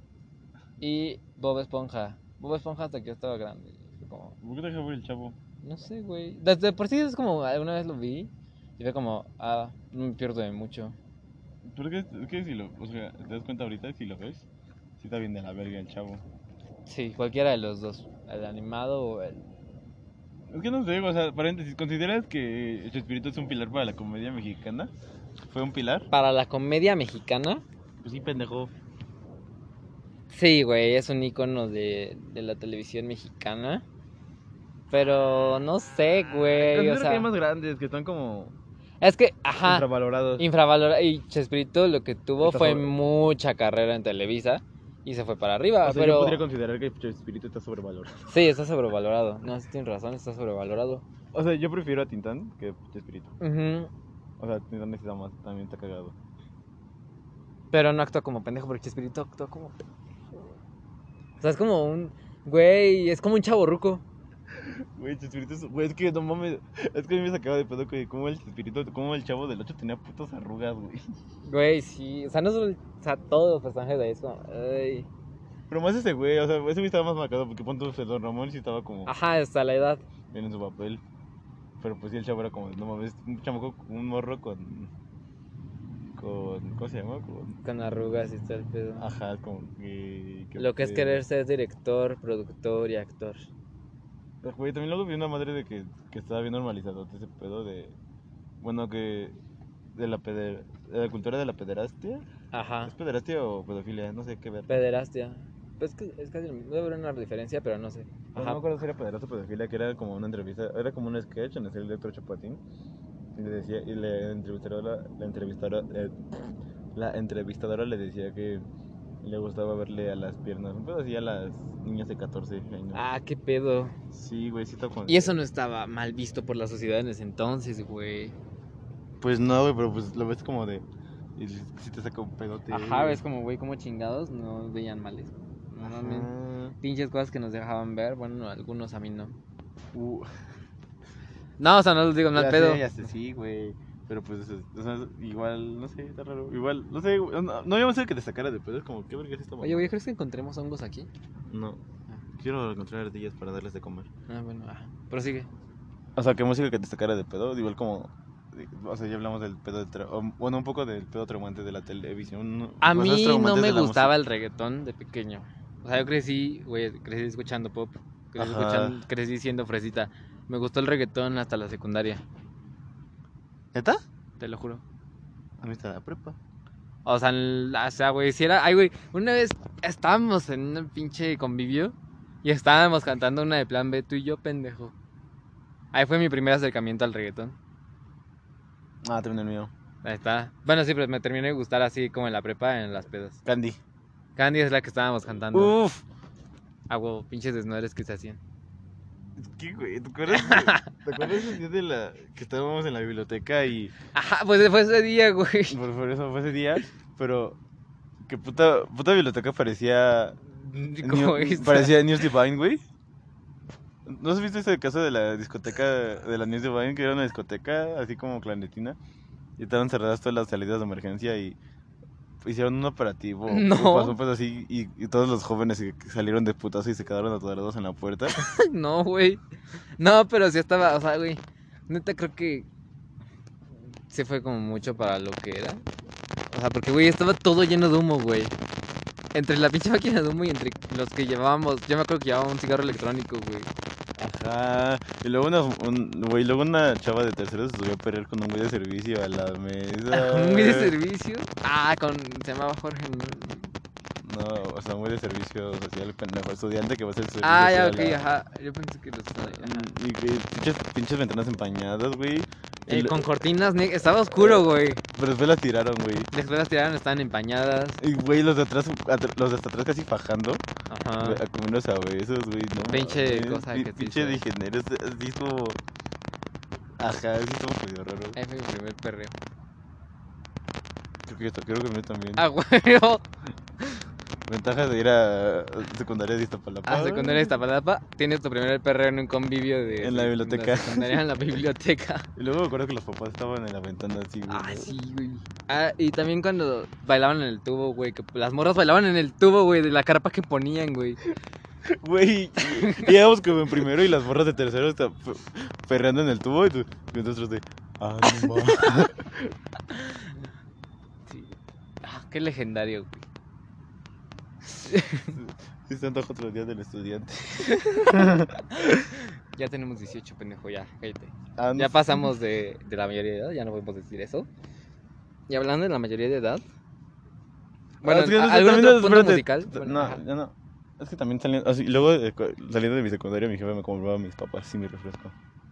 Speaker 1: y Bob Esponja. Bob Esponja hasta que yo estaba grande. Fue como,
Speaker 2: ¿Por qué te dejaba ver el chavo?
Speaker 1: no sé, güey. Desde por sí es como, alguna vez lo vi y fue como, no me pierdo de mucho.
Speaker 2: Pero es que si lo, o sea, te das cuenta ahorita, si lo ves, sí está bien de la verga el chavo.
Speaker 1: Sí, cualquiera de los dos, el animado o el...
Speaker 2: Es que no sé, o sea, paréntesis, ¿consideras que Chespirito es un pilar para la comedia mexicana? ¿Fue un pilar?
Speaker 1: Para la comedia mexicana,
Speaker 2: Pues sí, pendejo.
Speaker 1: sí, güey, es un icono de la televisión mexicana. Pero no sé, güey, o
Speaker 2: Considero que hay
Speaker 1: sea,
Speaker 2: más grandes que están como
Speaker 1: es que, ajá,
Speaker 2: infravalorados.
Speaker 1: infravalorado. Y Chespirito lo que tuvo
Speaker 2: Está
Speaker 1: fue
Speaker 2: sobre-
Speaker 1: mucha carrera en Televisa y se fue para arriba,
Speaker 2: O sea, yo podría
Speaker 1: pero
Speaker 2: considerar que Chespirito está sobrevalorado.
Speaker 1: sí, está sobrevalorado. No, sí tienes razón, está sobrevalorado.
Speaker 2: O sea, yo prefiero a Tintán que Chespirito.
Speaker 1: Ujú.
Speaker 2: O sea, Tintán necesita más, también está cagado.
Speaker 1: Pero no actúa como pendejo, porque Chespirito actúa como pendejo. O sea, es como un, güey, es como un chavorruco.
Speaker 2: Güey, Chespirito es... Güey, es que no mames... Es que a mí me sacaba de pedo que como el Chespirito, como el chavo del 8 tenía putas arrugas, güey.
Speaker 1: Güey, sí, o sea, no solo, o sea, todos los personajes de ahí es como, ay.
Speaker 2: Pero más ese güey, o sea, ese güey estaba más marcado porque punto Don Ramón sí estaba como
Speaker 1: Ajá, hasta la edad.
Speaker 2: bien en su papel. Pero pues sí, el chavo era como, no mames, un chamaco, un morro ¿cómo se llama?
Speaker 1: Con arrugas y todo el pedo.
Speaker 2: Ajá, como que
Speaker 1: Lo que es querer ser director, productor y actor.
Speaker 2: Güey, también luego vi una madre de que estaba bien normalizado ese pedo de, bueno, que de la cultura de la pederastia.
Speaker 1: Ajá.
Speaker 2: ¿Es pederastia o pedofilia? No sé qué ver.
Speaker 1: Pederastia. Pues es casi lo mismo. Debe haber una diferencia, pero no sé.
Speaker 2: No me
Speaker 1: Ajá.
Speaker 2: acuerdo si era pederastia o pedofilia, que era como una entrevista, era como un sketch en el el Doctor Chapatín. Y le decía, y la entrevistadora le decía que le gustaba verle a las piernas, un pedo así a las niñas de 14 años.
Speaker 1: Ah, qué pedo.
Speaker 2: Sí, güey, sí está con...
Speaker 1: Y eso no estaba mal visto por la sociedad en ese entonces, güey.
Speaker 2: Pues no, güey, pero pues lo ves como de... Y si te saca un pedote.
Speaker 1: Ajá, ves como, güey, como chingados no veían males. Normalmente,
Speaker 2: Ajá.
Speaker 1: pinches cosas que nos dejaban ver, bueno, algunos a mí no.
Speaker 2: Uh,
Speaker 1: No, o sea, no los digo mal pedo.
Speaker 2: ya sé, sí, güey. Pero pues, o sea, igual, no sé, está raro. Igual, no sé, no habíamos que te sacara de pedo, es como, ¿qué verga es esto, mamá?
Speaker 1: Oye, güey, ¿crees que encontremos hongos aquí?
Speaker 2: No,
Speaker 1: Ah,
Speaker 2: quiero encontrar ardillas para darles de comer.
Speaker 1: bueno, ajá. Prosigue.
Speaker 2: O sea, ¿qué música que te sacara de pedo? Igual como, o sea, ya hablamos del pedo, bueno, un poco del pedo traumante de la televisión.
Speaker 1: A
Speaker 2: Cosas
Speaker 1: mí no
Speaker 2: traumantes
Speaker 1: me
Speaker 2: de la
Speaker 1: gustaba
Speaker 2: música.
Speaker 1: el reggaetón de pequeño. O sea, yo crecí, güey, crecí escuchando pop.
Speaker 2: Ajá.
Speaker 1: Crecí siendo fresita. Me gustó el reggaetón hasta la secundaria,
Speaker 2: ¿Neta?
Speaker 1: te lo juro.
Speaker 2: A mí está la prepa.
Speaker 1: O sea, güey, si era... Ay, güey, una vez estábamos en un pinche convivio y estábamos cantando una de Plan B, tú y yo, pendejo. Ahí fue mi primer acercamiento al reggaetón.
Speaker 2: Ah, también el mío.
Speaker 1: Ahí está. Bueno, sí, pero me terminó de gustar así como en la prepa, en las pedas.
Speaker 2: Candy.
Speaker 1: Candy es la que estábamos cantando.
Speaker 2: Uf.
Speaker 1: Ah, huevo, pinches desmadres que se hacían.
Speaker 2: ¿Qué, güey? ¿Te acuerdas? ¿Te acuerdas ese día de la que estábamos en la biblioteca y
Speaker 1: Ajá, pues fue ese día, güey.
Speaker 2: por eso fue ese día? Pero que puta biblioteca parecía
Speaker 1: ¿Cómo es?
Speaker 2: parecía News Divine, güey. ¿No has visto ese caso de la discoteca de la News Divine, que era una discoteca así como clandestina y estaban cerradas todas las salidas de emergencia y hicieron un operativo? O pasó
Speaker 1: No,
Speaker 2: pues así y todos los jóvenes que salieron de putazo y se quedaron atorados en la puerta.
Speaker 1: no, güey. No, pero sí estaba, o sea, güey. Neta creo que se fue como mucho para lo que era. O sea, porque, güey, estaba todo lleno de humo, güey. Entre la pinche máquina de humo y entre los que llevábamos. Yo me acuerdo que llevábamos un cigarro electrónico, güey.
Speaker 2: Ajá. Y luego luego una chava de tercero se subió a pelear con un güey de servicio a la mesa.
Speaker 1: ¿Un güey de servicio? Ah, se llamaba Jorge.
Speaker 2: No, o sea, un güey de servicio social, pendejo, estudiante que va a hacer servicio
Speaker 1: Ah, ya,
Speaker 2: social
Speaker 1: ok,
Speaker 2: a
Speaker 1: ajá. Yo pensé que los. Ajá.
Speaker 2: Y que pinches ventanas empañadas, güey.
Speaker 1: Con cortinas negras. Estaba oscuro, güey.
Speaker 2: Pero después las tiraron, güey.
Speaker 1: Después las tiraron, estaban empañadas.
Speaker 2: Y, güey, los de atrás, los de hasta atrás casi fajando.
Speaker 1: Ajá.
Speaker 2: A comernos a besos, güey, no
Speaker 1: Pinche
Speaker 2: mames.
Speaker 1: cosa que te
Speaker 2: Pinche
Speaker 1: hizo.
Speaker 2: digenero, así como... Ajá, sí estuvo medio raro.
Speaker 1: Ahí fue mi primer perreo.
Speaker 2: Creo que a mí también.
Speaker 1: Ah, güey.
Speaker 2: Ventajas de ir a secundaria de Iztapalapa.
Speaker 1: A secundaria de Iztapalapa, tienes tu primer perreo en un convivio de
Speaker 2: En la biblioteca.
Speaker 1: la secundaria en la biblioteca.
Speaker 2: Y luego me acuerdo que los papás estaban en la ventana así, güey.
Speaker 1: Ah, sí, güey. Ah, y también cuando bailaban en el tubo, güey, que las morras bailaban en el tubo, güey, de la carpa que ponían, güey.
Speaker 2: Güey, íbamos como en primero y las morras de tercero perreando en el tubo y nosotros de... Ah, no mames.
Speaker 1: Sí. Ah, qué legendario, güey.
Speaker 2: Sí, se antoja otro día del estudiante.
Speaker 1: Ya tenemos 18, pendejo, ya, cállate.
Speaker 2: Ah, no
Speaker 1: Ya
Speaker 2: sé.
Speaker 1: pasamos de la mayoría de edad, ya no podemos decir eso. Y hablando de la mayoría de edad. Bueno,
Speaker 2: Es que no sé,
Speaker 1: ¿algún
Speaker 2: también
Speaker 1: otro punto
Speaker 2: espérate,
Speaker 1: musical? Bueno,
Speaker 2: no,
Speaker 1: ajá.
Speaker 2: ya no. Es que también saliendo, así, luego saliendo de mi secundaria, mi jefe me compraba a mis papás y mi refresco.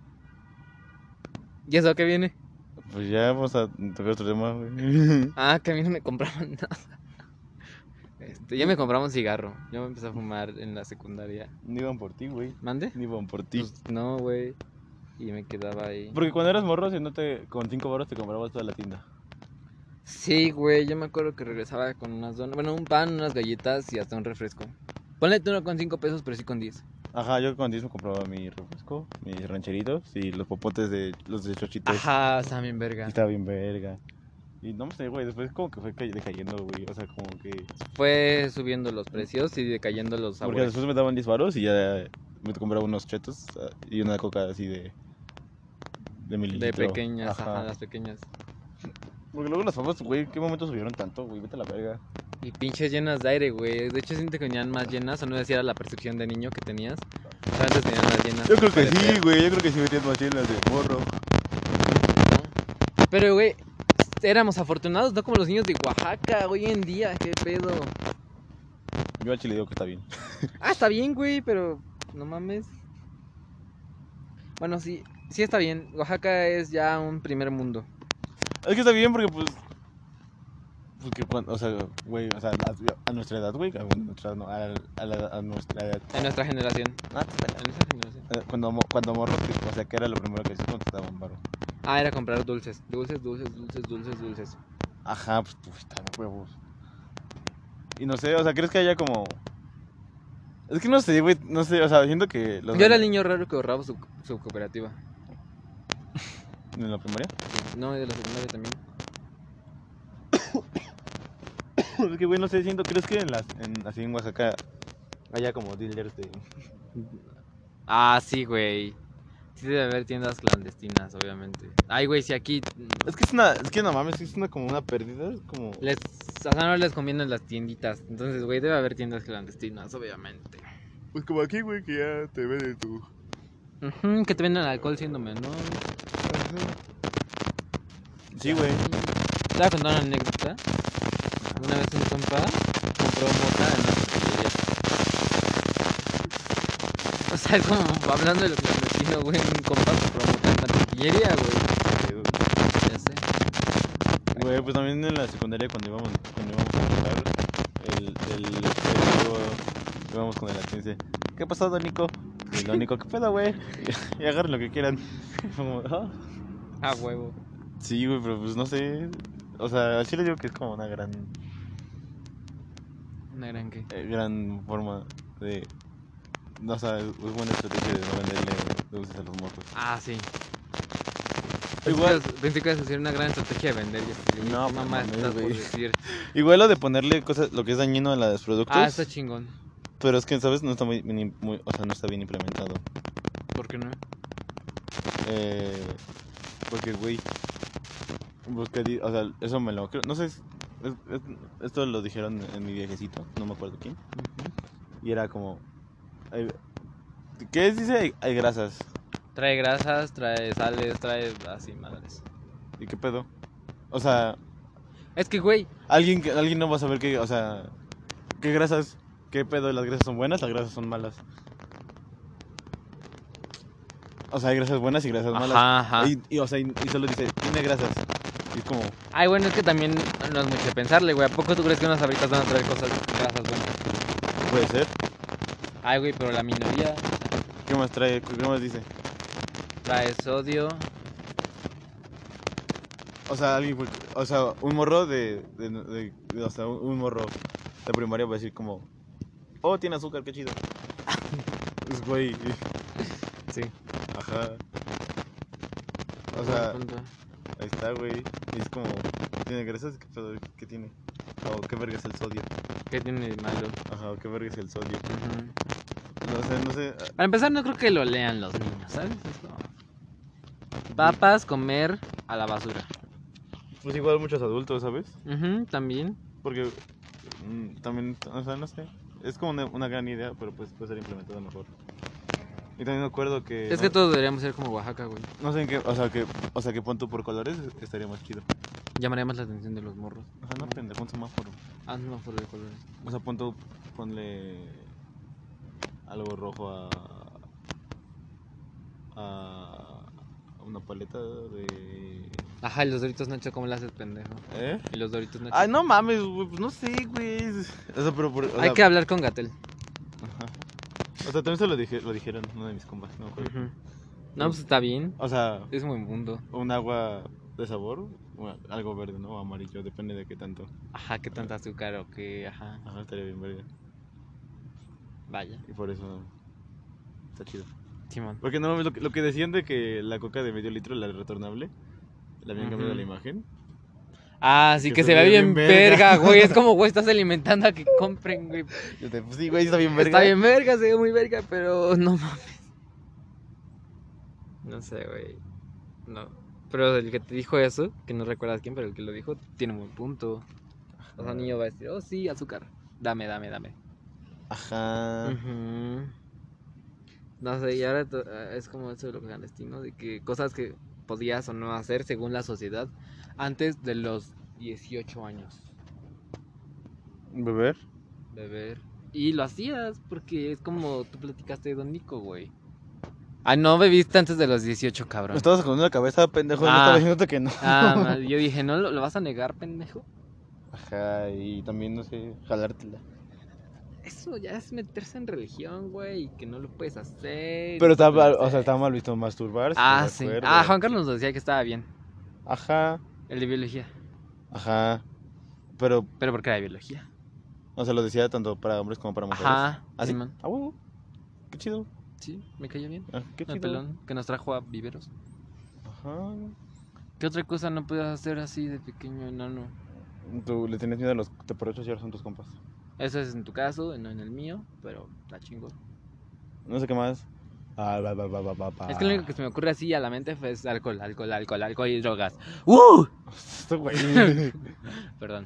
Speaker 1: ¿Y eso a qué viene?
Speaker 2: Pues ya vamos a tocar otro tema, güey.
Speaker 1: Ah, que a mí no me compraban nada. Yo me compraba un cigarro. Yo me empecé a fumar en la secundaria.
Speaker 2: Ni iban por ti, güey.
Speaker 1: ¿Mande?
Speaker 2: Ni iban por ti.
Speaker 1: Pues no, güey. Y me quedaba ahí.
Speaker 2: Porque cuando eras morro, si no con 5 baros te comprabas toda la tienda.
Speaker 1: Sí, güey. Yo me acuerdo que regresaba con unas donas. Bueno, un pan, unas galletas y hasta un refresco. Ponle tú no con 5 pesos, pero sí con 10.
Speaker 2: Ajá, yo con 10 me compraba mi refresco, mis rancheritos y los popotes de los de chochitos.
Speaker 1: Ajá, está bien
Speaker 2: Y
Speaker 1: verga.
Speaker 2: estaba bien verga. Y no sé, güey, después como que fue decayendo, güey. O sea, como que...
Speaker 1: Fue subiendo los precios y decayendo los
Speaker 2: Porque
Speaker 1: sabores.
Speaker 2: después me daban 10 baros y ya me compraba unos chetos y una coca así de mililitro.
Speaker 1: De pequeñas,
Speaker 2: Ajá.
Speaker 1: ajá, las pequeñas.
Speaker 2: Porque luego las papas, güey, ¿qué momento subieron tanto, güey? Vete a la verga.
Speaker 1: Y pinches llenas de aire, güey. De hecho, siento que venían más llenas. O no sé si era la percepción de niño que tenías. Pero antes tenían más llenas.
Speaker 2: Yo creo que sí,
Speaker 1: parecía.
Speaker 2: güey. Yo creo que sí metían más llenas de morro.
Speaker 1: Pero, güey, éramos afortunados, no como los niños de Oaxaca hoy en día. ¿Qué pedo?
Speaker 2: Yo al chile digo que está bien.
Speaker 1: Ah, está bien, güey, pero no mames. Bueno, sí, sí está bien. Oaxaca es ya un primer mundo.
Speaker 2: Es que está bien porque, pues... Porque cuando, o sea, güey, o sea, a nuestra edad, güey, a nuestra, no, a nuestra edad.
Speaker 1: En nuestra generación.
Speaker 2: Ah,
Speaker 1: En nuestra generación.
Speaker 2: cuando morro, o sea, que era lo primero que hacías cuando te daban varo.
Speaker 1: Ah, era comprar dulces. Dulces.
Speaker 2: Ajá, pues, también huevos. Y no sé, o sea, ¿crees que haya como...? Es que no sé, güey, no sé, o sea, siento que los
Speaker 1: Yo era el niño raro que ahorraba su cooperativa.
Speaker 2: ¿En la primaria?
Speaker 1: No, y de la secundaria también.
Speaker 2: Es que, güey, no sé, siento, ¿crees que así en Oaxaca haya como dealers de...?
Speaker 1: Ah, sí, güey. Sí debe haber tiendas clandestinas, obviamente. Ay, güey, si aquí
Speaker 2: Es que no mames, es una como una pérdida, es como...
Speaker 1: o sea, no les convienen las tienditas. Entonces, güey, debe haber tiendas clandestinas, obviamente.
Speaker 2: Pues como aquí, güey, que ya te venden tu...
Speaker 1: Ujú, que te venden alcohol siendo menor.
Speaker 2: Sí, güey.
Speaker 1: Te voy a contar una anécdota. Una vez un compa compró mota en una tortillería. O sea, como hablando de lo clandestino, güey, un compa compró mota en una tortillería, güey. Ya sé.
Speaker 2: Güey, pues también en la secundaria cuando íbamos a jugar, luego íbamos con el latín y dice, ¿qué pasó, Don Nico? Y el Don Nico, ¿qué pedo, güey? Y agarren lo que quieran. Como, ah.
Speaker 1: A huevo.
Speaker 2: Sí, güey, pero pues no sé. O sea, así le digo que es como una
Speaker 1: Una gran que.
Speaker 2: gran forma de... O sea, es buena estrategia de no venderle dulces a los morros.
Speaker 1: Ah, sí.
Speaker 2: Igual...
Speaker 1: Pensé que ibas a hacer una gran estrategia de vender.
Speaker 2: No,
Speaker 1: ¿Qué
Speaker 2: pues,
Speaker 1: mamá
Speaker 2: mames,
Speaker 1: estás por
Speaker 2: güey.
Speaker 1: decir?
Speaker 2: Igual lo de ponerle cosas, lo que es dañino a los
Speaker 1: Ah,
Speaker 2: productos.
Speaker 1: está chingón.
Speaker 2: Pero es que, ¿sabes? No está o sea, no está bien implementado.
Speaker 1: ¿Por qué no?
Speaker 2: Eh, porque, güey, o sea, eso me lo creo. No sé, esto lo dijeron en mi viajecito, no me acuerdo quién. Y era como, hay- ¿qué dice? Hay grasas.
Speaker 1: Trae grasas, trae sales, trae así madres.
Speaker 2: ¿Y qué pedo? O sea,
Speaker 1: Es que, güey,
Speaker 2: alguien no va a saber qué, o sea, qué grasas, qué pedo, las grasas son buenas, las grasas son malas. O sea, hay grasas buenas y grasas malas.
Speaker 1: ajá.
Speaker 2: O sea, y solo dice, tiene grasas. Y es como,
Speaker 1: Ay, bueno, es que también no es mucho pensarle, güey. ¿A poco tú crees que unas sabritas van a traer cosas grasas buenas?
Speaker 2: puede ser.
Speaker 1: Ay, güey, pero la minoría
Speaker 2: ¿Qué más trae? ¿Qué más dice?
Speaker 1: trae sodio.
Speaker 2: O sea, o sea, un morro o sea, un morro de primaria va a decir como, oh, tiene azúcar, qué chido. Pues, güey,
Speaker 1: Sí.
Speaker 2: ajá. O
Speaker 1: Buen
Speaker 2: sea,
Speaker 1: punto.
Speaker 2: ahí está, güey. Y es como, ¿tiene grasas? ¿Qué pedo? ¿Qué tiene? O ¿qué verga es el sodio?
Speaker 1: ¿Qué tiene de malo?
Speaker 2: Ajá, ¿o qué verga es el sodio?
Speaker 1: Ujú.
Speaker 2: No sé.
Speaker 1: Para empezar, no creo que lo lean los niños, ¿sabes? Es como, papas, comer a la basura.
Speaker 2: Pues igual muchos adultos, ¿sabes?
Speaker 1: Ujú, también.
Speaker 2: Porque también, o sea, no sé. Es como una gran idea, pero pues puede ser implementada mejor. Y también me acuerdo que...
Speaker 1: Es que todos deberíamos ser como Oaxaca, güey.
Speaker 2: No sé en qué, o sea, que pon tú por colores estaría más chido.
Speaker 1: Llamaríamos la atención de los morros.
Speaker 2: Ajá, no, pendejo, un semáforo.
Speaker 1: Ah, no, por de colores.
Speaker 2: O sea, ponle algo rojo a una paleta de...
Speaker 1: Ajá, y los Doritos Nacho, ¿cómo le haces, pendejo?
Speaker 2: ¿Eh?
Speaker 1: Y los Doritos Nacho.
Speaker 2: Ay, no mames, güey, pues no sé, güey. O sea, pero o
Speaker 1: Hay
Speaker 2: sea,
Speaker 1: que hablar con Gatel.
Speaker 2: ajá. O sea, también lo dijeron uno de mis compas, no me acuerdo.
Speaker 1: Ujú. No, pues está bien.
Speaker 2: O sea,
Speaker 1: Es muy mundo.
Speaker 2: un agua de sabor, algo verde, ¿no? O amarillo, depende de qué tanto.
Speaker 1: Ajá, qué tanta azúcar o qué. Ajá.
Speaker 2: Ajá, estaría bien verde.
Speaker 1: Vaya.
Speaker 2: Y por eso está chido.
Speaker 1: Simón.
Speaker 2: Porque no mames, lo que decían de que la coca de medio litro, la retornable, le habían cambiado
Speaker 1: Ujú.
Speaker 2: la imagen.
Speaker 1: Ah, sí,
Speaker 2: Que
Speaker 1: que
Speaker 2: se
Speaker 1: se vea
Speaker 2: ve
Speaker 1: bien
Speaker 2: bien
Speaker 1: verga,
Speaker 2: verga.
Speaker 1: güey. Es como, güey, estás alimentando a que compren, güey.
Speaker 2: Yo pues sí, güey, está bien verga.
Speaker 1: Está bien verga, se ve muy verga, pero no mames. No sé, güey. No. Pero el que te dijo eso, que no recuerdas quién, pero el que lo dijo, tiene un buen punto. O sea, un niño va a decir, oh, sí, azúcar. Dame.
Speaker 2: Ajá.
Speaker 1: Ujú. No sé, y ahora es como eso de lo clandestino, de que cosas que podías o no hacer según la sociedad antes de los 18 años.
Speaker 2: ¿Beber?
Speaker 1: Beber. Y lo hacías porque es como tú platicaste de Don Nico, güey. Ah, no bebiste antes de los 18,
Speaker 2: Me
Speaker 1: cabrón.
Speaker 2: estabas sacando la cabeza, pendejo. No
Speaker 1: Ah.
Speaker 2: estaba diciéndote que no.
Speaker 1: Yo dije, ¿no lo vas a negar, pendejo?
Speaker 2: Ajá, y también, no sé, jalártela.
Speaker 1: Eso ya es meterse en religión, güey, y que no lo puedes hacer.
Speaker 2: Pero
Speaker 1: no se puede
Speaker 2: o sea,
Speaker 1: hacer.
Speaker 2: está mal visto masturbarse.
Speaker 1: Ah,
Speaker 2: de
Speaker 1: sí.
Speaker 2: acuerdo.
Speaker 1: Ah, Juan Carlos nos decía que estaba bien.
Speaker 2: Ajá,
Speaker 1: El de biología.
Speaker 2: ajá. Pero,
Speaker 1: Pero porque era de biología.
Speaker 2: o sea, lo decía tanto para hombres como para mujeres.
Speaker 1: Ajá,
Speaker 2: ¿Ah, sí?
Speaker 1: Simón.
Speaker 2: Ah, huevo. Qué chido.
Speaker 1: Sí, me cayó bien.
Speaker 2: Ah, qué
Speaker 1: El
Speaker 2: chido.
Speaker 1: pelón que nos trajo a Viveros.
Speaker 2: Ajá.
Speaker 1: ¿Qué otra cosa no podías hacer así de pequeño enano?
Speaker 2: Tú le tienes miedo a los teporochos y ahora son tus compas.
Speaker 1: Eso es en tu caso, no en el mío, pero está chingón.
Speaker 2: No sé qué más.
Speaker 1: Es que lo único que se me ocurre así a la mente fue es alcohol y drogas. ¡Uh!
Speaker 2: Esto, güey.
Speaker 1: Perdón.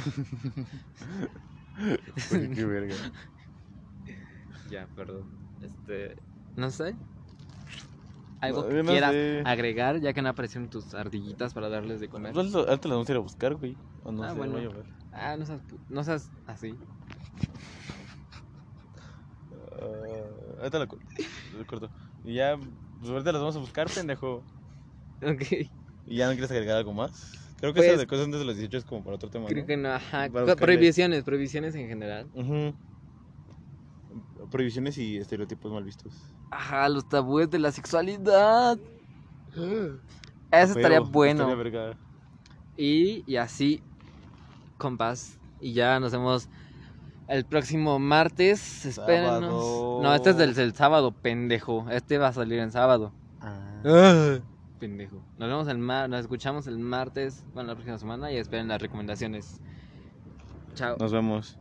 Speaker 2: Oye, qué verga.
Speaker 1: Ya, perdón. No sé. Algo
Speaker 2: No,
Speaker 1: que
Speaker 2: yo no
Speaker 1: quieras
Speaker 2: sé.
Speaker 1: agregar ya que no aparecieron tus ardillitas para darles de comer.
Speaker 2: Ahorita las vamos a ir a buscar, güey. O no sé,
Speaker 1: Bueno.
Speaker 2: va a llover.
Speaker 1: No seas así.
Speaker 2: Ahorita lo corto. Y ya, pues ahorita las vamos a buscar, pendejo.
Speaker 1: Ok.
Speaker 2: ¿Y ya no quieres agregar algo más? Creo que
Speaker 1: Pues,
Speaker 2: eso de cosas antes de los 18 es como para otro tema,
Speaker 1: creo
Speaker 2: ¿no?
Speaker 1: que no, ajá.
Speaker 2: Para buscarle-
Speaker 1: Prohibiciones en general.
Speaker 2: Ujú. Prohibiciones y estereotipos mal vistos.
Speaker 1: Ajá, los tabúes de la sexualidad. Eso
Speaker 2: A
Speaker 1: estaría
Speaker 2: huevo,
Speaker 1: bueno.
Speaker 2: estaría verga.
Speaker 1: Y así, compás. Y ya nos vemos el próximo martes. Espérenos.
Speaker 2: Sábado.
Speaker 1: No, este es del sábado, pendejo. Este va a salir en sábado. Pendejo. Nos escuchamos el martes, bueno, la próxima semana y esperen las recomendaciones. Chao.
Speaker 2: Nos vemos.